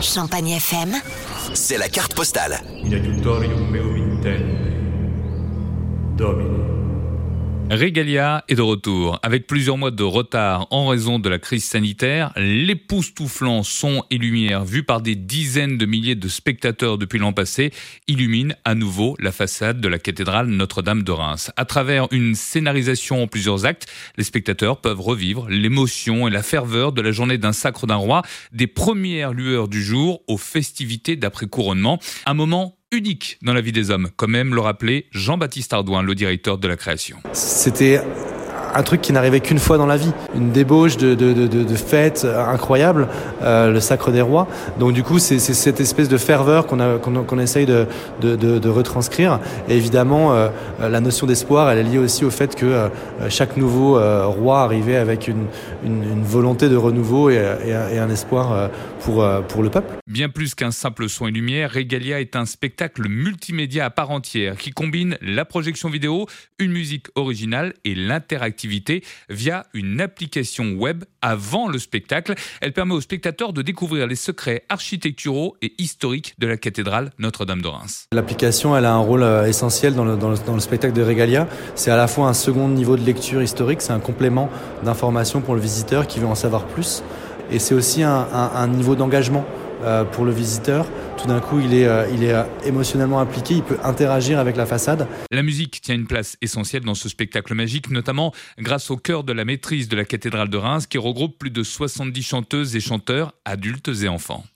Champagne FM, c'est la carte postale. In adiutorium meum intende, Domine. Regalia est de retour. Avec plusieurs mois de retard en raison de la crise sanitaire, l'époustouflant son et lumière vus par des dizaines de milliers de spectateurs depuis l'an passé illuminent à nouveau la façade de la cathédrale Notre-Dame de Reims. À travers une scénarisation en plusieurs actes, les spectateurs peuvent revivre l'émotion et la ferveur de la journée d'un sacre d'un roi, des premières lueurs du jour aux festivités d'après-couronnement. Un moment unique dans la vie des hommes, comme aime le rappeler Jean-Baptiste Ardouin, le directeur de la création. C'était un truc qui n'arrivait qu'une fois dans la vie, une débauche de fête incroyable, le Sacre des Rois. Donc du coup, c'est cette espèce de ferveur qu'on essaye de retranscrire. Et évidemment, la notion d'espoir, elle est liée aussi au fait que chaque nouveau roi arrivait avec une volonté de renouveau et un espoir pour le peuple. Bien plus qu'un simple son et lumière, Regalia est un spectacle multimédia à part entière qui combine la projection vidéo, une musique originale et l'interactivité via une application web avant le spectacle. Elle permet aux spectateurs de découvrir les secrets architecturaux et historiques de la cathédrale Notre-Dame de Reims. L'application, elle a un rôle essentiel dans le spectacle de Regalia. C'est à la fois un second niveau de lecture historique, c'est un complément d'information pour le visiteur qui veut en savoir plus. Et c'est aussi un niveau d'engagement pour le visiteur. Tout d'un coup, il est émotionnellement impliqué, il peut interagir avec la façade. La musique tient une place essentielle dans ce spectacle magique, notamment grâce au chœur de la maîtrise de la cathédrale de Reims qui regroupe plus de 70 chanteuses et chanteurs, adultes et enfants.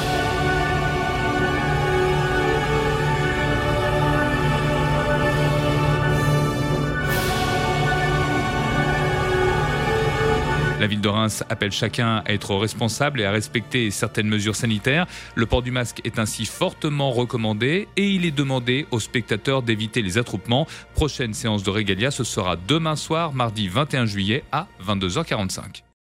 La ville de Reims appelle chacun à être responsable et à respecter certaines mesures sanitaires. Le port du masque est ainsi fortement recommandé et il est demandé aux spectateurs d'éviter les attroupements. Prochaine séance de Regalia, ce sera demain soir, mardi 21 juillet à 22h45.